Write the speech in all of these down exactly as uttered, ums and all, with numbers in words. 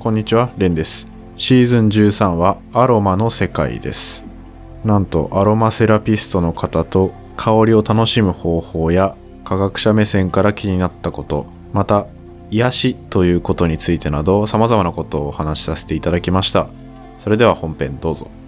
こんにちは、レンです。シーズンじゅうさんはアロマの世界です。なんとアロマセラピストの方と香りを楽しむ方法や科学者目線から気になったこと、また癒しということについてなど様々なことをお話しさせていただきました。それでは本編どうぞ。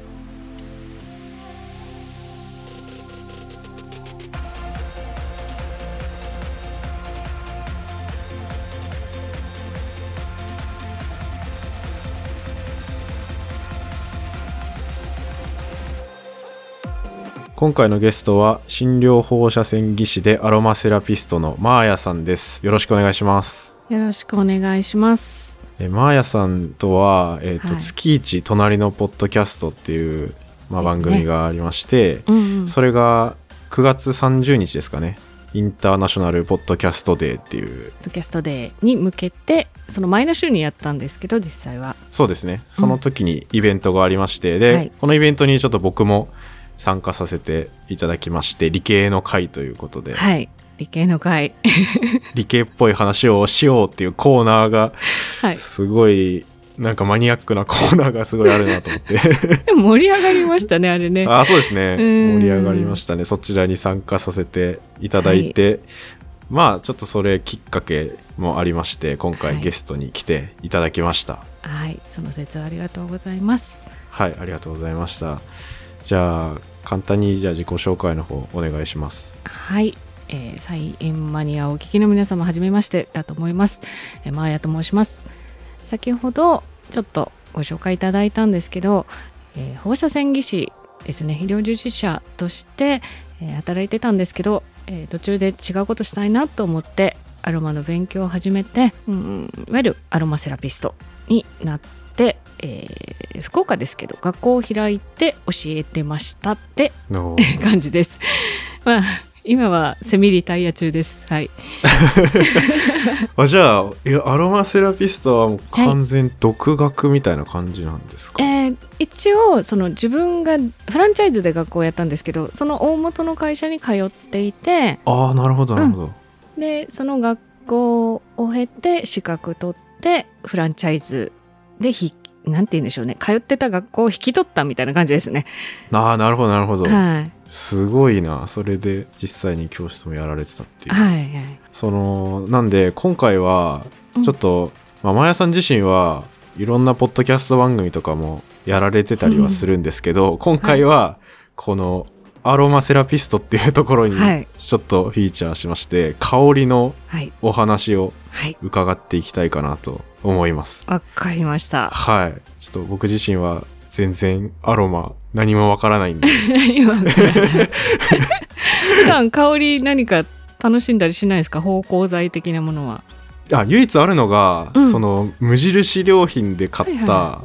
今回のゲストは診療放射線技師でアロマセラピストのマーヤさんです。よろしくお願いします。 よろしくお願いします。 えマーヤさんとは、えーとはい、月一隣のポッドキャストっていう、まあ、番組がありまして、うんうん、それがくがつさんじゅうにちですかね、インターナショナルポッドキャストデーっていうポッドキャストデーに向けてその前の週にやったんですけど、実際はそうですね、その時にイベントがありまして、うん、で、はい、このイベントにちょっと僕も参加させていただきまして、理系の会ということで、 はい、理系の会理系っぽい話をしようっていうコーナーが、はい、すごいなんかマニアックなコーナーがすごいあるなと思ってでも盛り上がりましたね、あれね。 あ、そうですね、盛り上がりましたね。そちらに参加させていただいて、はい、まあちょっとそれきっかけもありまして、今回ゲストに来ていただきました。 はい、はい、その説はありがとうございます。 はい、ありがとうございました。じゃあ簡単にじゃあ自己紹介の方お願いします。 はい、えー、菜園マニアをお聞きの皆様はじめましてだと思います。えー、マーヤと申します。先ほどちょっとご紹介いただいたんですけど、えー、放射線技師ですね、医療従事者として、えー、働いてたんですけど、えー、途中で違うことしたいなと思ってアロマの勉強を始めて、うん、いわゆるアロマセラピストになってで、えー、福岡ですけど学校を開いて教えてましたって感じです。まあ今はセミリタイヤ中です。はいあ、じゃあいやアロマセラピストはもう完全独学みたいな感じなんですか？ はい、えー、一応その自分がフランチャイズで学校をやったんですけど、その大元の会社に通っていて、 ああ、なるほどなるほど、 うん、でその学校を経て資格取ってフランチャイズでひなんて言うんでしょうね、通ってた学校を引き取ったみたいな感じですね。ああ、なるほどなるほど、 はい、 すごいな。それで実際に教室もやられてたっていう、 はいはい、 そのなんで今回はちょっと、うんまあ、マヤさん自身はいろんなポッドキャスト番組とかもやられてたりはするんですけど、うん、今回はこのアロマセラピストっていうところにちょっとフィーチャーしまして、はい、香りのお話を伺っていきたいかなと思います。 わかりました。 はい。ちょっと僕自身は全然アロマ何もわからないんで何もわからない普段香り何か楽しんだりしないですか？芳香剤的なものは。 あ、唯一あるのが、うん、その無印良品で買った、はいはい、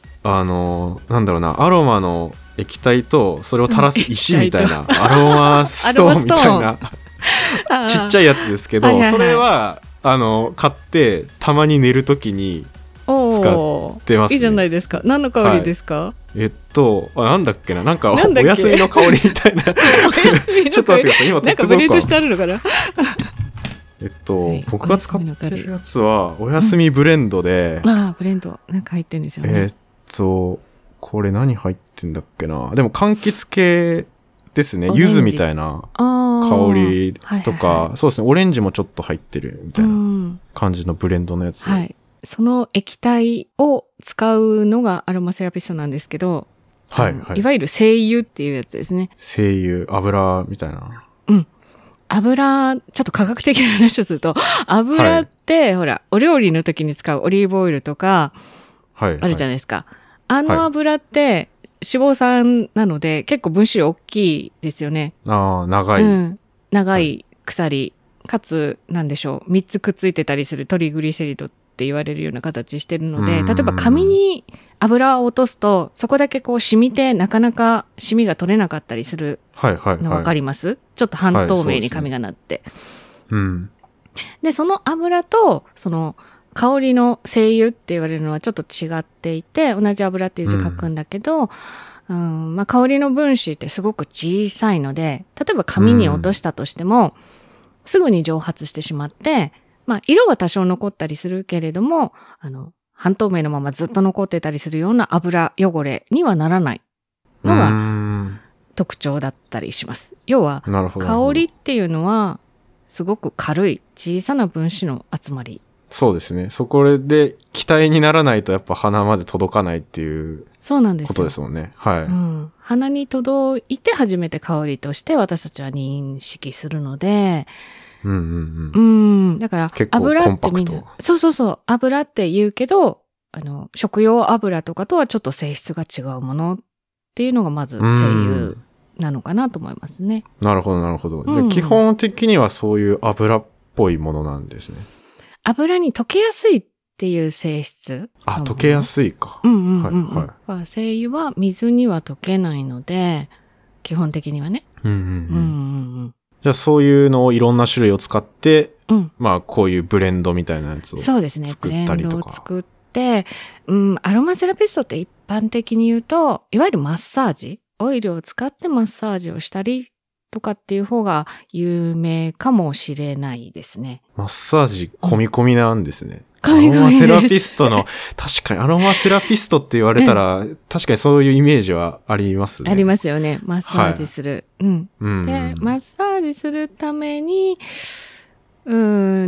あのなんだろうな、アロマの液体とそれを垂らす石みたいな、うん、アロマストーンみたいなちっちゃいやつですけど、はいはいはい、それはあの買ってたまに寝るときに使ってますね。 いいじゃないですか。何の香りですか？はい、 えっとあなんだっけな、なんかお休みの香りみたいなちょっと待ってください、今なんかブレンドしてあるのかなえっと、はい、僕が使ってるやつはお休みブレンドで、 うん、あブレンドなんか入ってるんでしょうね。 えっとこれ何入ってんだっけな、でも柑橘系ですね。柚子みたいな香りとか、はいはいはい、そうですね、オレンジもちょっと入ってるみたいな感じのブレンドのやつ、 はい、その液体を使うのがアロマセラピストなんですけど、はいはい、いわゆる精油っていうやつですね。 精油、油みたいな。 うん。油、ちょっと科学的な話をすると、油って、はい、ほら、お料理の時に使うオリーブオイルとか、はい、あるじゃないですか。はい、あの油って、はい、脂肪酸なので結構分子量大きいですよね。 ああ、長い、うん、 長い鎖、はい、かつなんでしょう、みっつくっついてたりするトリグリセリドって言われるような形してるので、例えば紙に油を落とすとそこだけこう染みてなかなか染みが取れなかったりするの分かります？はいはいはい、ちょっと半透明に紙がなって、はい、うん、でその油とその香りの精油って言われるのはちょっと違っていて、同じ油っていう字書くんだけど、うんうん、まあ、香りの分子ってすごく小さいので、例えば紙に落としたとしても、うん、すぐに蒸発してしまって、まあ、色は多少残ったりするけれども、あの半透明のままずっと残ってたりするような油汚れにはならないのうーがん特徴だったりします。要は、 なるほど。 香りっていうのは、すごく軽い小さな分子の集まり。 そうですね。そこで気体にならないとやっぱ鼻まで届かないっていうそうなんですよ。 ことですもんね。はい。 うん。鼻に届いて初めて香りとして私たちは認識するので、 うんうんううん。 ん。だから、 結構油コンパクトってみんな、そうそうそう、油って言うけど、あの、食用油とかとはちょっと性質が違うものっていうのがまず声優なのかなと思いますね。 なるほどなるほど。 うん基本的にはそういう油っぽいものなんですね。 油に溶けやすいっていう性質。 あ、溶けやすいか。 うんうんうん、うん。 はいはい。 精油は水には溶けないので、基本的にはね。 うんうんうん。 うんうんうんじゃあそういうのをいろんな種類を使って、 うん、 まあこういうブレンドみたいなやつをそうですね。 作ったりとか。 ブレンドを作って、うん、アロマセラピストって一般的に言うと、いわゆるマッサージ、オイルを使ってマッサージをしたりとかっていう方が有名かもしれないですね。 マッサージ込み込みなんですね。 込み込みです。 アロマセラピストの、確かにアロマセラピストって言われたら、うん、確かにそういうイメージはありますね。 ありますよね。マッサージする。はい、うん。 うん。 で、マッサージするために、うん、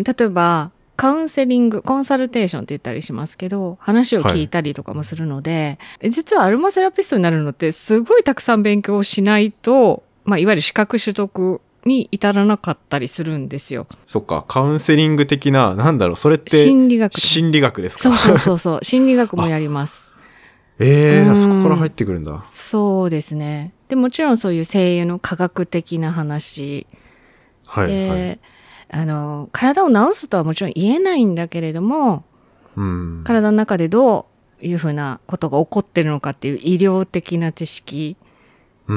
例えば、カウンセリング、コンサルテーションって言ったりしますけど、話を聞いたりとかもするので、はい、実はアロマセラピストになるのってすごいたくさん勉強しないと、まあ、いわゆる資格取得に至らなかったりするんですよ。 そっか、カウンセリング的な、なんだろう、それって。 心理学。 心理学ですか？ そうそうそうそう、心理学もやります。 ええー、そこから入ってくるんだ。 そうですね。で、もちろんそういう声優の科学的な話。 はい、 で、 はい。 あの、体を治すとはもちろん言えないんだけれども、 うん、 体の中でどういうふうなことが起こってるのかっていう医療的な知識。 うん。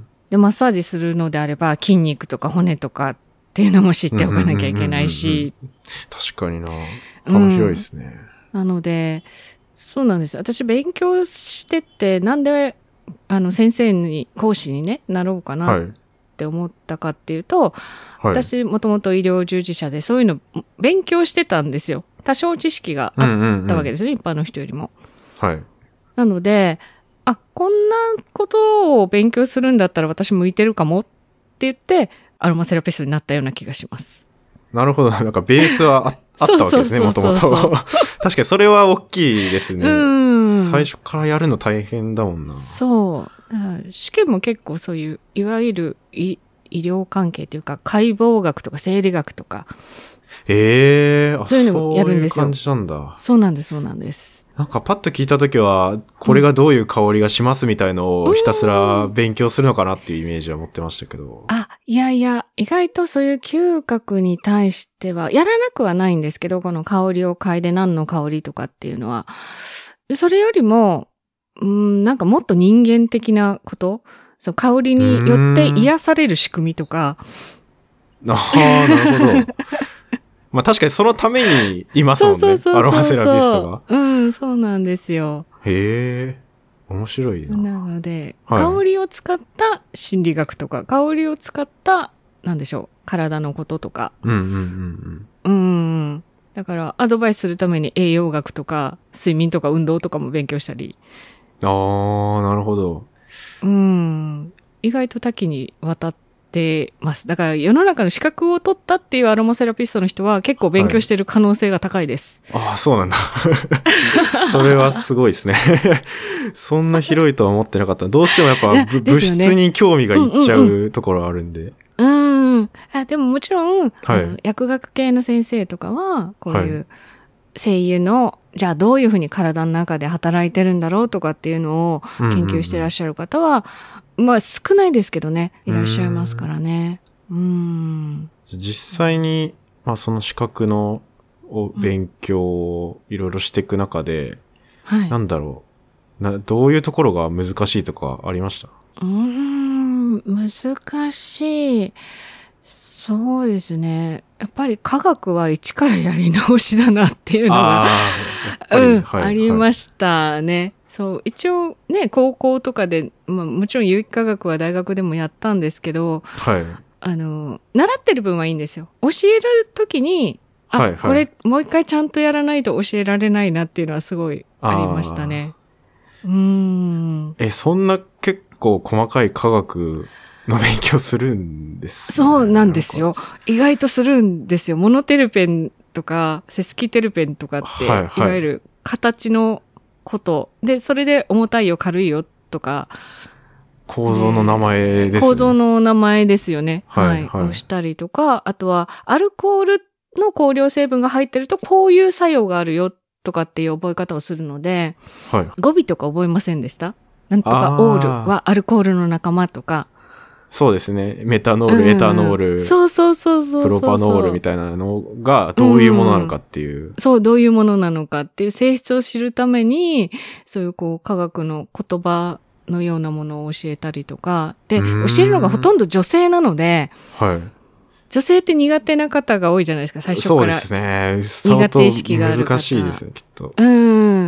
で、マッサージするのであれば筋肉とか骨とかっていうのも知っておかなきゃいけないし。 確かにな。幅広いですね、 うん。なので、そうなんです。私勉強してて、なんで、あの、先生に、講師にね、なろうかな。はいって思ったかっていうと、はい、私もともと医療従事者でそういうの勉強してたんですよ。多少知識があったわけですね、うんうんうん、一般の人よりも。 はい。 なので、あ、こんなことを勉強するんだったら私向いてるかもって言って、アロマセラピストになったような気がします。 なるほど。なんかベースは あ, あったわけですね、もともと。確かにそれは大きいですね。うん最初からやるの大変だもんな。 そう。試験も結構そういう、いわゆる医療関係というか、解剖学とか生理学とか。 ええー、あ、 そういうのもやるんですよ。 そういう感じなんだ。 そうなんです、そうなんです。 なんかパッと聞いたときは、これがどういう香りがしますみたいのをひたすら勉強するのかなっていうイメージは持ってましたけど。 あ、いやいや、意外とそういう嗅覚に対しては、やらなくはないんですけど、この香りを嗅いで何の香りとかっていうのは。それよりも、うん、なんかもっと人間的なこと、そう香りによって癒される仕組みとか。 ああ、なるほど。まあ確かにそのためにいますもんね。そうそうそうそうアロマセラピストが。 うん、そうなんですよ。 へえ、面白いな。 なので、はい、香りを使った心理学とか、香りを使った、なんでしょう、体のこととか。 うんうんうんうん。うん。だからアドバイスするために栄養学とか、睡眠とか運動とかも勉強したり。 ああ、なるほど。 うん。意外と多岐にわたってます。だから世の中の資格を取ったっていうアロマセラピストの人は結構勉強してる可能性が高いです。 はい、ああ、そうなんだ。それはすごいですね。そんな広いとは思ってなかった。どうしてもやっぱ、ね、物質に興味がいっちゃうところあるんで。 うんうんうん。あ、でももちろん、はい、あの薬学系の先生とかは、こういう声優の、はいじゃあどういうふうに体の中で働いてるんだろうとかっていうのを研究してらっしゃる方は、うんうんうん、まあ少ないですけどね、いらっしゃいますからね。うん。 実際に、まあその資格の勉強をいろいろしていく中で、うんはい、なんだろうな、どういうところが難しいとかありました？ うーん、難しい。そうですね。やっぱり科学は一からやり直しだなっていうのが、あ,、うんはい、ありましたね、はい。そう、一応ね、高校とかで、まあもちろん有機化学は大学でもやったんですけど、 はい、 あの、習ってる分はいいんですよ。教えるときに、 あ、 はいはい、 これもう一回ちゃんとやらないと教えられないなっていうのはすごいありましたね。うーん。 え、そんな結構細かい科学の勉強するんですね。 そうなんですよ。意外とするんですよ。モノテルペンとかセスキテルペンとかって、はいはい、いわゆる形のことで、それで重たいよ軽いよとか、 構造の名前ですね。 構造の名前ですよね。 はい、 はいはい。をしたりとか、あとはアルコールの香料成分が入ってるとこういう作用があるよとかっていう覚え方をするので、 はい、 語尾とか覚えませんでした？なんとかオールはアルコールの仲間とか。 そうですね。メタノール、うん、エタノール、 そうそうそうそうそう。 プロパノールみたいなのがどういうものなのかっていう、 うん。そう、どういうものなのかっていう性質を知るために、そういうこう科学の言葉のようなものを教えたりとか。で、教えるのがほとんど女性なので、 はい。 女性って苦手な方が多いじゃないですか、最初から。 そうですね。 苦手意識がある方。 難しいですね、きっと。 うん。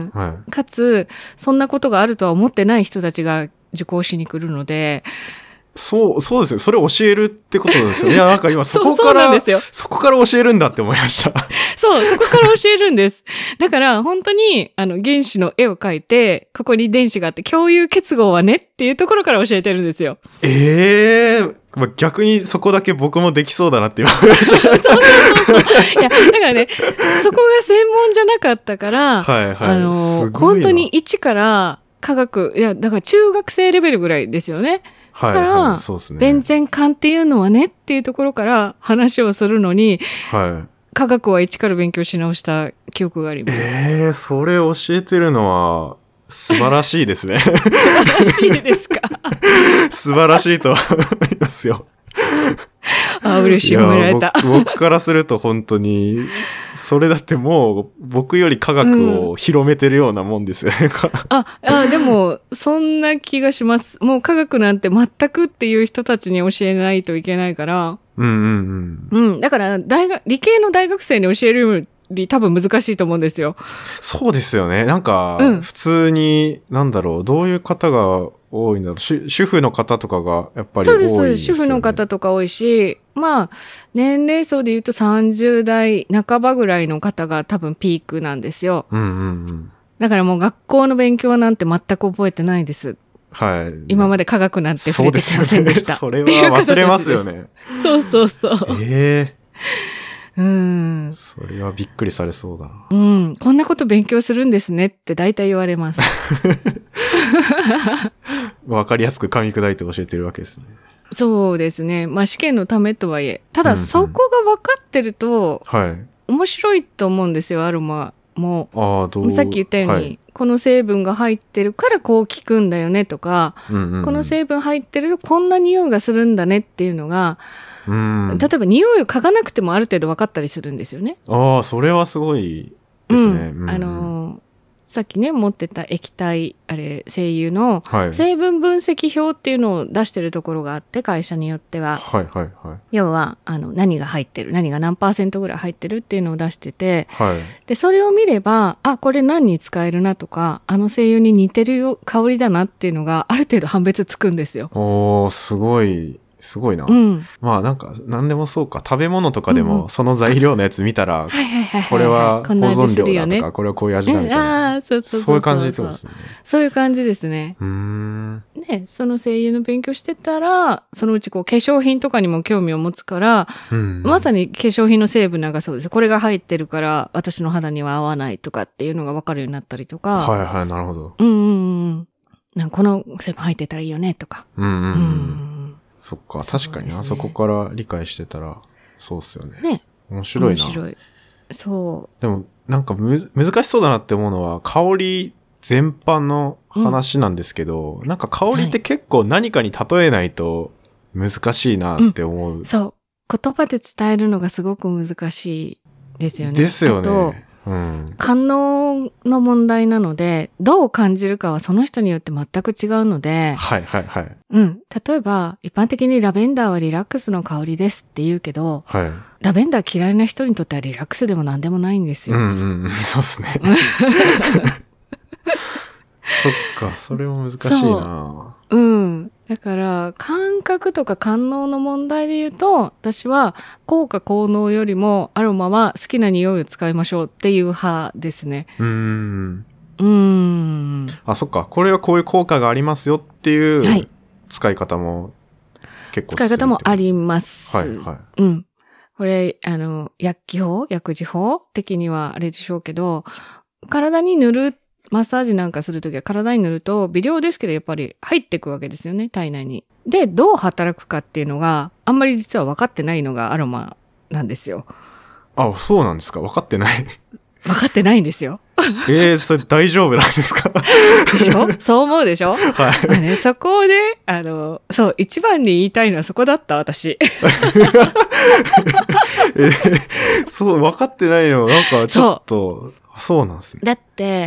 はい。 かつ、そんなことがあるとは思ってない人たちが受講しに来るので、 そう、そうですよ。それを教えるってことですよ。いや、なんか今そこから、 そうそうなんですよ。 そこから教えるんだって思いました。 そう、そこから教えるんです。だから、本当に、あの、原子の絵を描いて、ここに電子があって、共有結合はねっていうところから教えてるんですよ。 ええー。まあ、逆にそこだけ僕もできそうだなって言われました。 そうそうそうそう。いや、だからね、そこが専門じゃなかったから、 はいはい。 あの、本当に一から科学、いや、だから中学生レベルぐらいですよね。 はい、 から、 はい、そうですね。 弁前管っていうのはねっていうところから話をするのに、 はい。 科学は一から勉強し直した記憶があります。 ええー、それ教えてるのは素晴らしいですね。 素晴らしいですか？ 素晴らしいと思いますよ。 あ、嬉しい、褒められた。 僕, 僕からすると本当に、それだってもう僕より科学を広めてるようなもんですよね。うん、 ああ、でも、そんな気がします。もう科学なんて全くっていう人たちに教えないといけないから。 うんうんうん。 うん。だから大学、理系の大学生に教えるより多分難しいと思うんですよ。 そうですよね。なんか、普通に、うん、なんだろう、どういう方が多いんだろう。主婦の方とかがやっぱり多いですよね。そうです。 主婦の方とか多いし、まあ、年齢層で言うとさんじゅう代半ばぐらいの方が多分ピークなんですよ。 うんうんうん。 だからもう学校の勉強なんて全く覚えてないです。 はい。 今まで科学なんて触れてきませんでした。 そうですよね。それは忘れますよね。 そうそうそう。 ええー。うん。 それはびっくりされそうだな。 うん。こんなこと勉強するんですねって大体言われます。 わかりやすく噛み砕いて教えてるわけですね。 そうですね。まあ試験のためとはいえ。ただそこが分かってると、 はい。 面白いと思うんですよ、アロマも。 ああ、どうさっき言ったように、はい、この成分が入ってるからこう効くんだよねとか、 うんうんうん、 この成分入ってるこんな匂いがするんだねっていうのが、 うん、 例えば匂いを嗅がなくてもある程度分かったりするんですよね。 ああ、それはすごいですね。 うんうん、あのー、さっきね持ってた液体あれ精油の成分分析表っていうのを出してるところがあって、会社によっては、 はいはいはい、 要はあの何が入ってる何が何パーセントぐらい入ってるっていうのを出してて、 はい、 でそれを見ればあこれ何に使えるなとかあの精油に似てる香りだなっていうのがある程度判別つくんですよ。 おーすごいすごいな、 うん、 まあなんか何でもそうか、食べ物とかでもその材料のやつ見たら、これは保存料だとか、これはこういう味だみたいな、そういう感じってことですね。 そういう感じですね。 うーん、 でその精油の勉強してたらそのうちこう化粧品とかにも興味を持つから、 うん、 まさに化粧品の成分なんかそうです。これが入ってるから私の肌には合わないとかっていうのが分かるようになったりとか、 はいはい、なるほど。 うんうんうん、なんかこの成分入ってたらいいよねとか、 うんうんうん、 うんそっか、確かにな、 そ,、ね、そこから理解してたらそうっすよね。 ね、 面白いな。 面白い。そう。 でもなんかむ難しそうだなって思うのは香り全般の話なんですけど、うん、なんか香りって結構何かに例えないと難しいなって思う、 うん、そう言葉で伝えるのがすごく難しいですよね。 ですよね。 あとうん、感能の問題なので、どう感じるかはその人によって全く違うので、 はいはいはい。 うん。例えば、一般的にラベンダーはリラックスの香りですって言うけど、 はい。 ラベンダー嫌いな人にとってはリラックスでも何でもないんですよ。 うんうん、そうっすね。そっか、それも難しいな。 うん。だから、感覚とか感能の問題で言うと、私は効果効能よりもアロマは好きな匂いを使いましょうっていう派ですね。 うーん。 うーん。 あ、そっか。これはこういう効果がありますよっていはいう使い方も結構使い方もあります。 はいはい。 うん。これ、あの、薬機法薬事法的にはあれでしょうけど、体に塗る、マッサージなんかするときは体に塗ると微量ですけどやっぱり入っていくわけですよね、体内に。で、どう働くかっていうのがあんまり実は分かってないのがアロマなんですよ。 あ、そうなんですか。分かってない。 分かってないんですよ。 えー、それ大丈夫なんですか？ でしょ？そう思うでしょ？ はい。 まあね、そこで、あの、そう、一番に言いたいのはそこだった、私。 えー、そう、分かってないの、なんかちょっと、そうなんですね。 だって、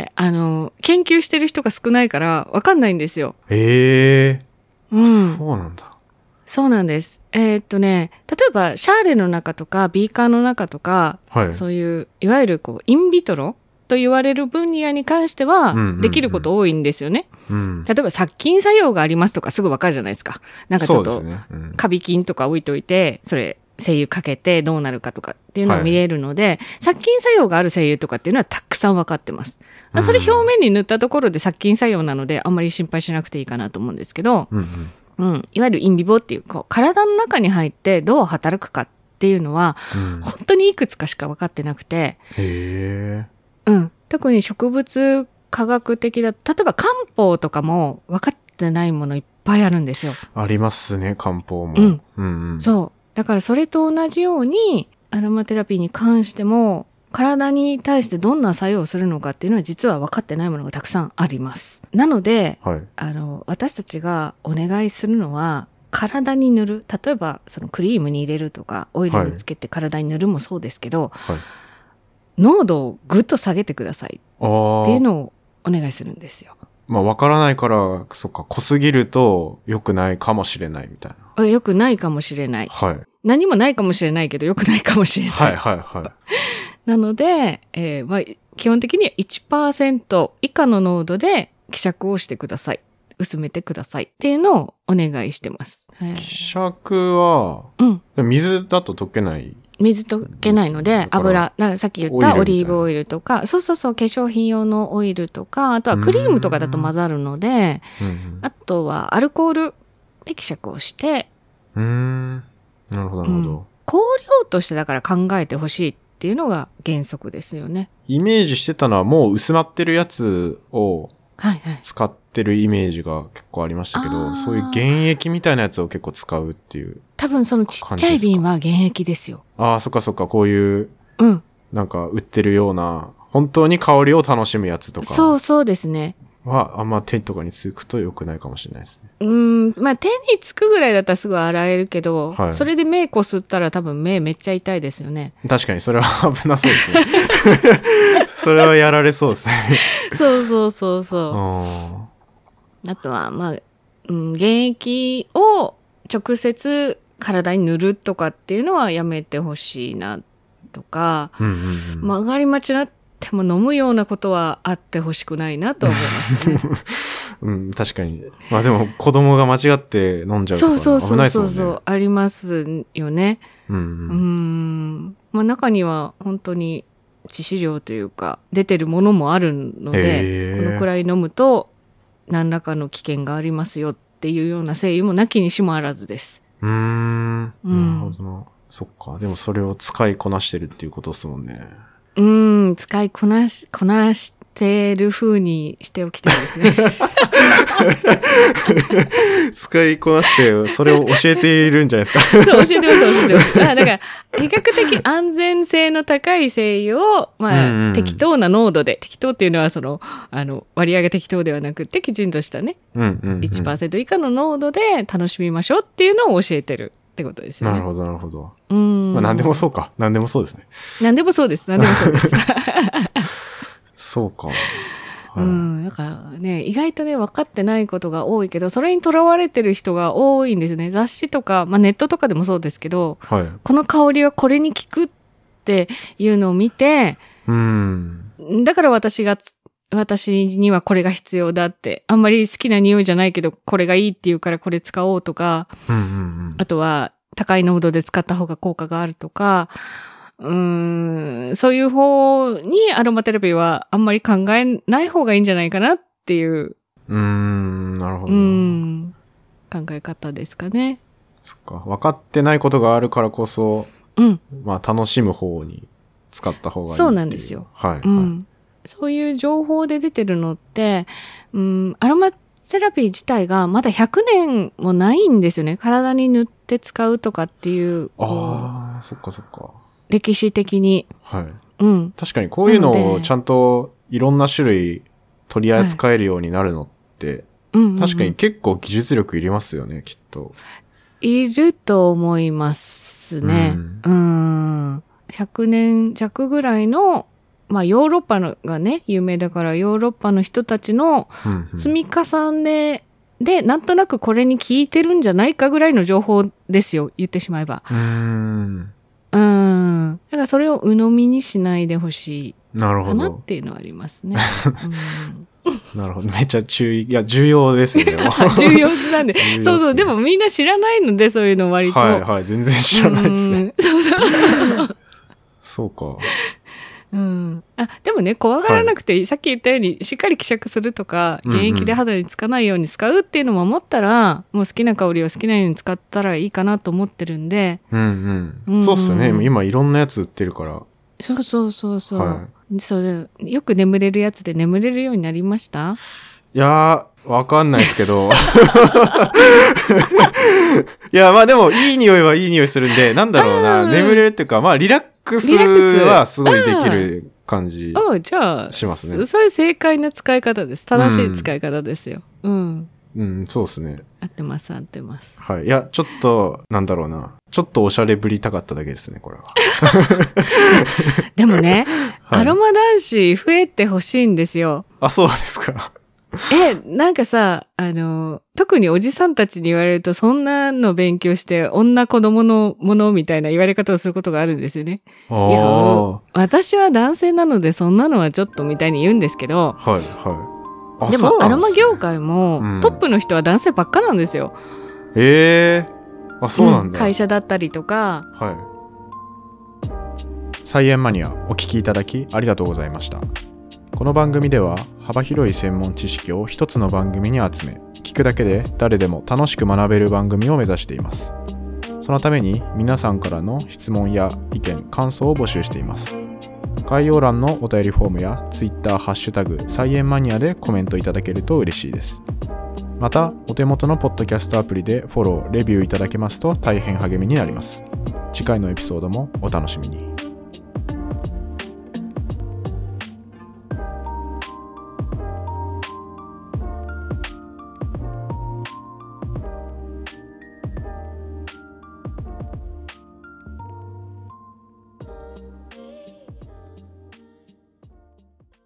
あの、研究してる人が少ないから分かんないんですよ。 ええー、 うん。 そうなんだ。 そうなんです。えー、っとね、例えば、シャーレの中とか、ビーカーの中とか、はい、そういう、いわゆる、こう、インビトロと言われる分野に関しては、できること多いんですよね。 うんうんうん、 例えば、殺菌作用がありますとか、すぐわかるじゃないですか。なんかちょっと、ねうん、カビ菌とか置いといて、それ、精油かけてどうなるかとかっていうのが見えるので、はい、殺菌作用がある精油とかっていうのはたくさんわかってます。うん、それ表面に塗ったところで殺菌作用なので、あんまり心配しなくていいかなと思うんですけど、うんうんうん、いわゆるインビボっていう、こう体の中に入ってどう働くかっていうのは、うん、本当にいくつかしか分かってなくて、 へーうん、特に植物科学的だと、例えば漢方とかも分かってないものいっぱいあるんですよ。 ありますね、漢方も。 うんうんうん、そう。だからそれと同じように、アロマテラピーに関しても、体に対してどんな作用をするのかっていうのは実は分かってないものがたくさんあります。なので、はい、あの私たちがお願いするのは体に塗る、例えばそのクリームに入れるとかオイルにつけて体に塗るもそうですけど、はい、濃度をぐっと下げてくださいっていうのをお願いするんですよ。 まあ分からないから、そっか、濃すぎると良くないかもしれないみたいな。 良くないかもしれない。 はい。 何もないかもしれないけど良くないかもしれない。 はいはいはい。 なので、えーまあ、基本的には いちパーセント 以下の濃度で希釈をしてください。薄めてくださいっていうのをお願いしてます。 希釈は、うん、水だと溶けない。 水溶けないので、油、なんかさっき言ったオリーブオイルとか、そうそうそう、化粧品用のオイルとか、あとはクリームとかだと混ざるので、あとはアルコールで希釈をして、 うーん、なるほどなるほど、うん。 香料としてだから考えてほしいっていうのが原則ですよね。 イメージしてたのはもう薄まってるやつを使ってるイメージが結構ありましたけど、はいはい、そういう原液みたいなやつを結構使うっていう。 多分そのちっちゃい瓶は原液ですよ。 ああ、そっかそっか、こういう、 うん。 なんか売ってるような、本当に香りを楽しむやつとか。 そうそうですね。 は、あんま手とかにつくと良くないかもしれないですね。 うーん、まあ手につくぐらいだったらすぐ洗えるけど、はい、それで目こすったら多分目めっちゃ痛いですよね。 確かにそれは危なそうですね。それはやられそうですね。 そうそうそうそう。あとは、まあ、うん、原液を直接体に塗るとかっていうのはやめてほしいなとか、うんうんうん、曲がり間違っても飲むようなことはあってほしくないなと思いますね。 うん、確かに。まあでも子供が間違って飲んじゃうとか危ないですもんね。そうそうそうそう、 ありますよね。 うんうん、 うーん、まあ中には本当に致死量というか出てるものもあるので、このくらい飲むと何らかの危険がありますよっていうような精油もなきにしもあらずです。 うーん、うん、なるほどな。そっか。でもそれを使いこなしてるっていうことですもんね。 うーん、使いこなし、こなしてる風にしておきたいですね。 使いこなして、それを教えているんじゃないですか。 そう、教えてます、教えてます。だから、比較的安全性の高い精油を、まあ、うんうん、適当な濃度で、適当っていうのは、その、あの、割合が適当ではなくて、きちんとしたね、 うんうんうん、 いちパーセント 以下の濃度で楽しみましょうっていうのを教えてる。ってことですよね。 なるほど、なるほど。 うん。 まあ何でもそうか。何でもそうですね。 何でもそうです。何でもそうです。 そうか。はい、 うん。だからね、意外とね、分かってないことが多いけど、それにとらわれてる人が多いんですね。雑誌とか、まあネットとかでもそうですけど、 はい、 この香りはこれに効くっていうのを見て、 うん。 だから私が私にはこれが必要だって、あんまり好きな匂いじゃないけどこれがいいって言うからこれ使おうとか、 うんうんうん、 あとは高い濃度で使った方が効果があるとか、うーん、そういう方にアロマテラピーはあんまり考えない方がいいんじゃないかなっていう、 うーん、なるほど。 うん、考え方ですかね。 そっか、分かってないことがあるからこそ、 うん、 まあ楽しむ方に使った方がいいっていう。 そうなんですよ。 はい、 うん、 はい。 そういう情報で出てるのって、うん、アロマテラピー自体がまだひゃくねんもないんですよね。体に塗って使うとかっていう。 ああ、そっかそっか。 歴史的に。 はい。 うん。 確かにこういうのをちゃんといろんな種類取り扱えるようになるのって、はい、確かに結構技術力いりますよね、きっと。 いると思いますね。うん。うんひゃくねん弱ぐらいの、まあヨーロッパのがね、有名だからヨーロッパの人たちの積み重ねで、なんとなくこれに効いてるんじゃないかぐらいの情報ですよ、言ってしまえば。 うーん。 うん。だからそれを鵜呑みにしないでほしいなるほど。 かなっていうのはありますね。 うん、なるほど。めっちゃ注意。いや、重要ですよね。 重要なんで。そうそう。でもみんな知らないので、そういうの割と。 はいはい。全然知らないですね。 そうそう。 そうか。 うん。あ、でもね、怖がらなくていい。はい、さっき言ったように、しっかり希釈するとか、原液で肌につかないように使うっていうのも思ったら、もう好きな香りを好きなように使ったらいいかなと思ってるんで。 うんうん。うん、そうっすね。今いろんなやつ売ってるから。 そうそうそうそう。はい、それ、よく眠れるやつで眠れるようになりました？ いやー、わかんないですけど。いや、まあでも、いい匂いはいい匂いするんで、なんだろうな、眠れるっていうか、まあリラックスはすごいできる感じしますね。 それ正解な使い方です。正しい使い方ですよ。うん。 うん、うん、そうですね。 合ってます、合ってます。 はい。いや、ちょっと、なんだろうな。ちょっとおしゃれぶりたかっただけですね、これは。 でもね、はい、アロマ男子増えてほしいんですよ。 あ、そうですか。 え、なんかさ、あの、特におじさんたちに言われると、そんなの勉強して、女子供のものみたいな言われ方をすることがあるんですよね。いや、私は男性なので、そんなのはちょっとみたいに言うんですけど、 はい、はい。 でも、アロマ業界も、うん、トップの人は男性ばっかなんですよ。 へえー。あ、そうなんだ、 うん。会社だったりとか。 はい。菜園マニア、お聞きいただき、ありがとうございました。この番組では幅広い専門知識を一つの番組に集め、聞くだけで誰でも楽しく学べる番組を目指しています。そのために皆さんからの質問や意見、感想を募集しています。概要欄のお便りフォームや Twitter ハッシュタグ菜園マニアでコメントいただけると嬉しいです。また、お手元のポッドキャストアプリでフォロー、レビューいただけますと大変励みになります。次回のエピソードもお楽しみに。